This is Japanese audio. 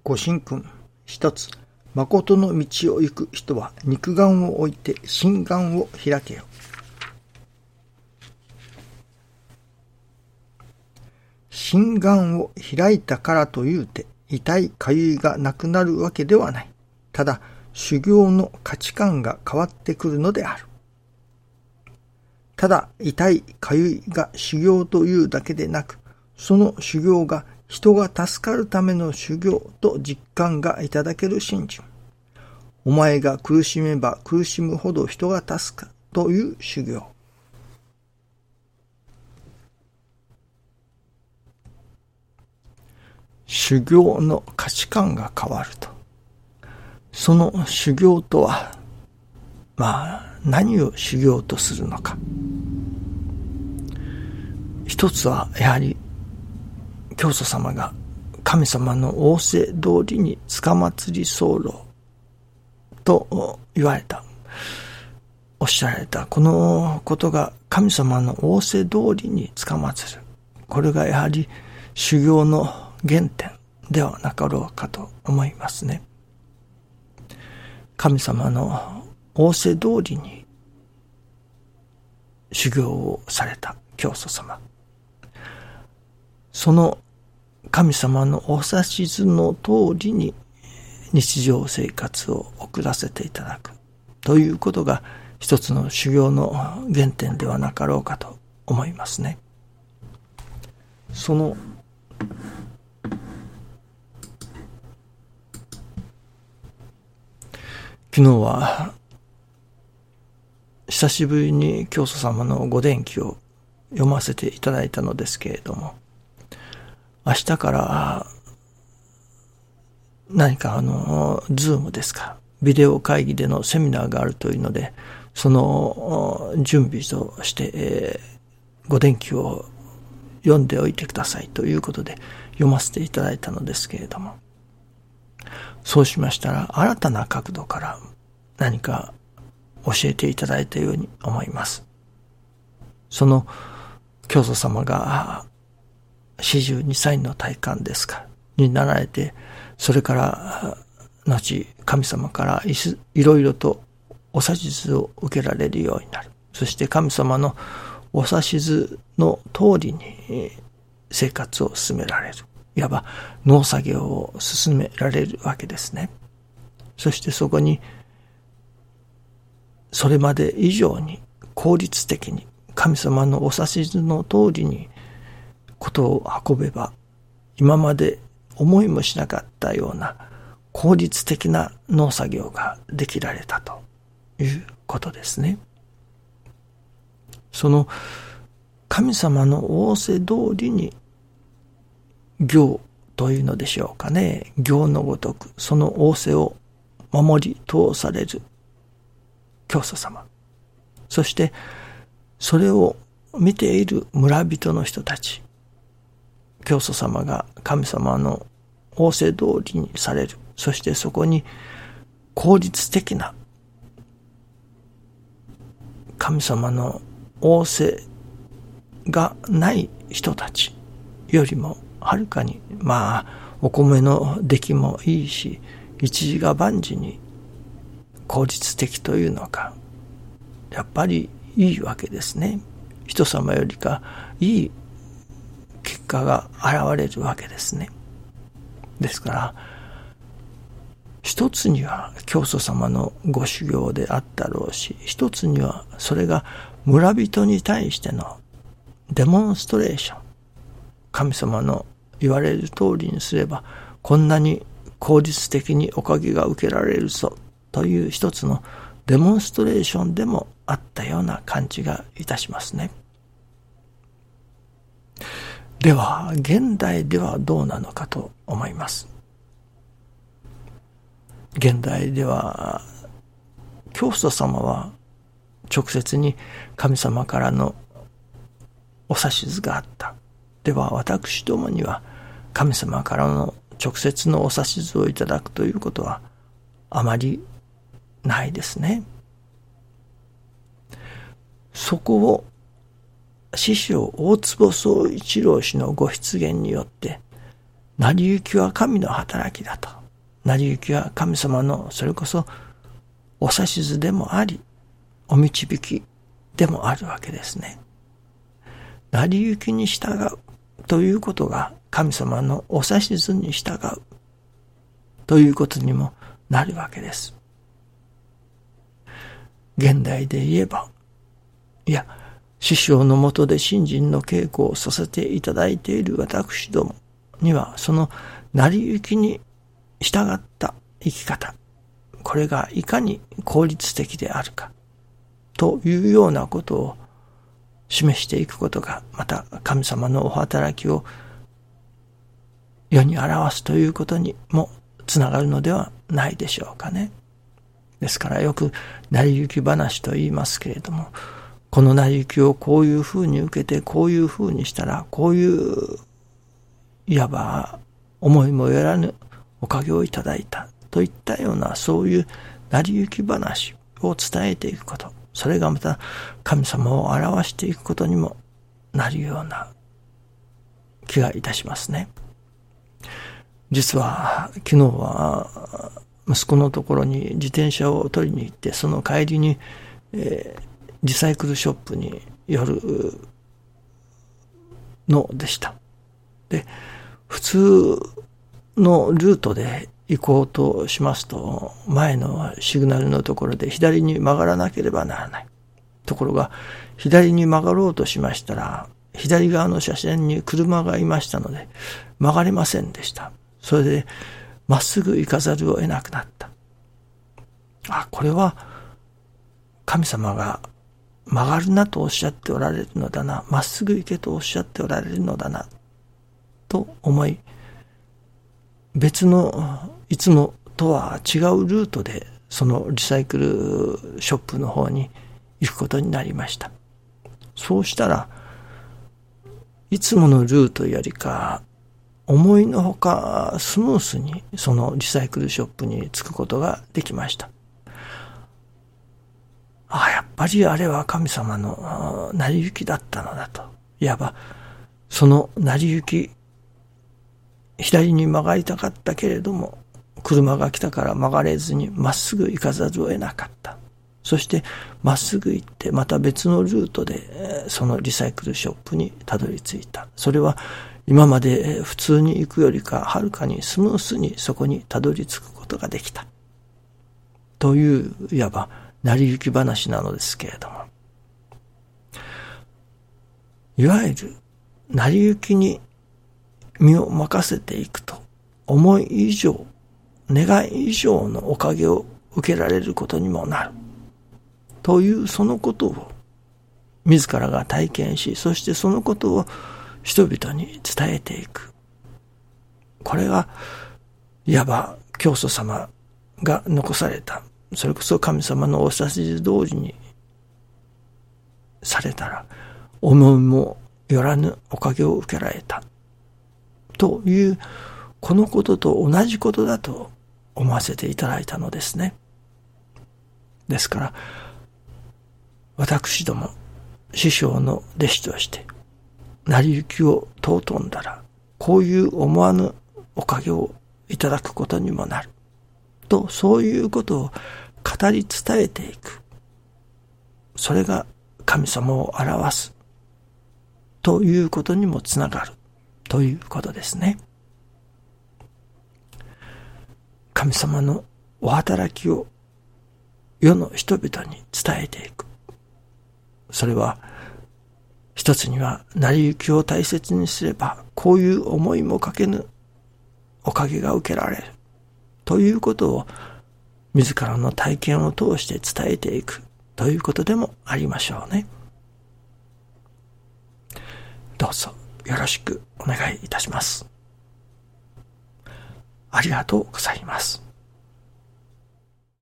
ご神君。一つ、誠の道を行く人は肉眼を置いて心眼を開けよ。心眼を開いたからというて痛いかゆいがなくなるわけではない。ただ修行の価値観が変わってくるのである。ただ痛いかゆいが修行というだけでなく、その修行が人が助かるための修行と実感がいただける信心。お前が苦しめば苦しむほど人が助かるという修行。修行の価値観が変わると。その修行とは、何を修行とするのか。一つはやはり教祖様が神様の仰せ通りに捕祭り候と言われた、おっしゃられたこのことが神様の仰せ通りに捕祭る、これがやはり修行の原点ではなかろうかと思いますね。神様の仰せ通りに修行をされた教祖様、その神様のお指図の通りに日常生活を送らせていただくということが一つの修行の原点ではなかろうかと思いますね。その昨日は久しぶりに教祖様のご伝記を読ませていただいたのですけれども、明日から何かズームですか、ビデオ会議でのセミナーがあるというので、その準備として、ご伝記を読んでおいてくださいということで読ませていただいたのですけれども、そうしましたら新たな角度から何か教えていただいたように思います。その教祖様が42歳の大観ですかになられて、それから後神様からいろいろとお指図を受けられるようになる。そして神様のお指図の通りに生活を進められる。いわば農作業を進められるわけですね。そしてそこにそれまで以上に効率的に神様のお指図の通りにことを運べば、今まで思いもしなかったような効率的な農作業ができられたということですね。その神様の仰せ通りに行というのでしょうかね、行のごとくその仰せを守り通される教祖様、そしてそれを見ている村人の人たち、教祖様が神様の仰せ通りにされる、そしてそこに効率的な神様の仰せがない人たちよりもはるかにお米の出来もいいし、一時が万事に効率的というのか、やっぱりいいわけですね。人様よりかいい結果が現れるわけですね。ですから一つには教祖様のご修行であったろうし、一つにはそれが村人に対してのデモンストレーション、神様の言われる通りにすればこんなに効率的におかげが受けられるぞという一つのデモンストレーションでもあったような感じがいたしますね。では現代ではどうなのかと思います。現代では教祖様は直接に神様からのお指図があった。では私どもには神様からの直接のお指図をいただくということはあまりないですね。そこを師匠大坪宗一郎氏のご出現によって成り行きは神の働きだと。成り行きは神様のそれこそお指図でもあり、お導きでもあるわけですね。成り行きに従うということが神様のお指図に従うということにもなるわけです。現代で言えば、いや、師匠のもとで信心の稽古をさせていただいている私どもには、その成り行きに従った生き方、これがいかに効率的であるかというようなことを示していくことが、また神様のお働きを世に表すということにもつながるのではないでしょうかね。ですからよく成り行き話と言いますけれども、この成り行きをこういうふうに受けて、こういうふうにしたら、こういういわば思いもよらぬおかげをいただいたといったような、そういう成り行き話を伝えていくこと、それがまた神様を表していくことにもなるような気がいたしますね。実は昨日は息子のところに自転車を取りに行って、その帰りに、リサイクルショップに寄るのでした。で、普通のルートで行こうとしますと、前のシグナルのところで左に曲がらなければならない。ところが、左に曲がろうとしましたら、左側の車線に車がいましたので、曲がれませんでした。それで、まっすぐ行かざるを得なくなった。これは、神様が曲がるなとおっしゃっておられるのだな、まっすぐ行けとおっしゃっておられるのだな、と思い、別のいつもとは違うルートでそのリサイクルショップの方に行くことになりました。そうしたら、いつものルートよりか思いのほかスムースにそのリサイクルショップに着くことができました。やっぱりあれは神様の成り行きだったのだと。いわばその成り行き、左に曲がりたかったけれども、車が来たから曲がれずにまっすぐ行かざるを得なかった。そしてまっすぐ行ってまた別のルートでそのリサイクルショップにたどり着いた。それは今まで普通に行くよりかはるかにスムースにそこにたどり着くことができた。といういわば成り行き話なのですけれども、いわゆる成り行きに身を任せていくと、思い以上、願い以上のおかげを受けられることにもなる。というそのことを自らが体験し、そしてそのことを人々に伝えていく。これがいわば教祖様が残された、それこそ神様のお指図通りにされたら、思いもよらぬおかげを受けられたという、このことと同じことだと思わせていただいたのですね。ですから私ども師匠の弟子として成り行きを尊んだら、こういう思わぬおかげをいただくことにもなると、そういうことを語り伝えていく。それが神様を表すということにもつながるということですね。神様のお働きを世の人々に伝えていく。それは一つには成り行きを大切にすれば、こういう思いもかけぬおかげが受けられるということを自らの体験を通して伝えていくということでもありましょうね。どうぞよろしくお願いいたします。ありがとうございます。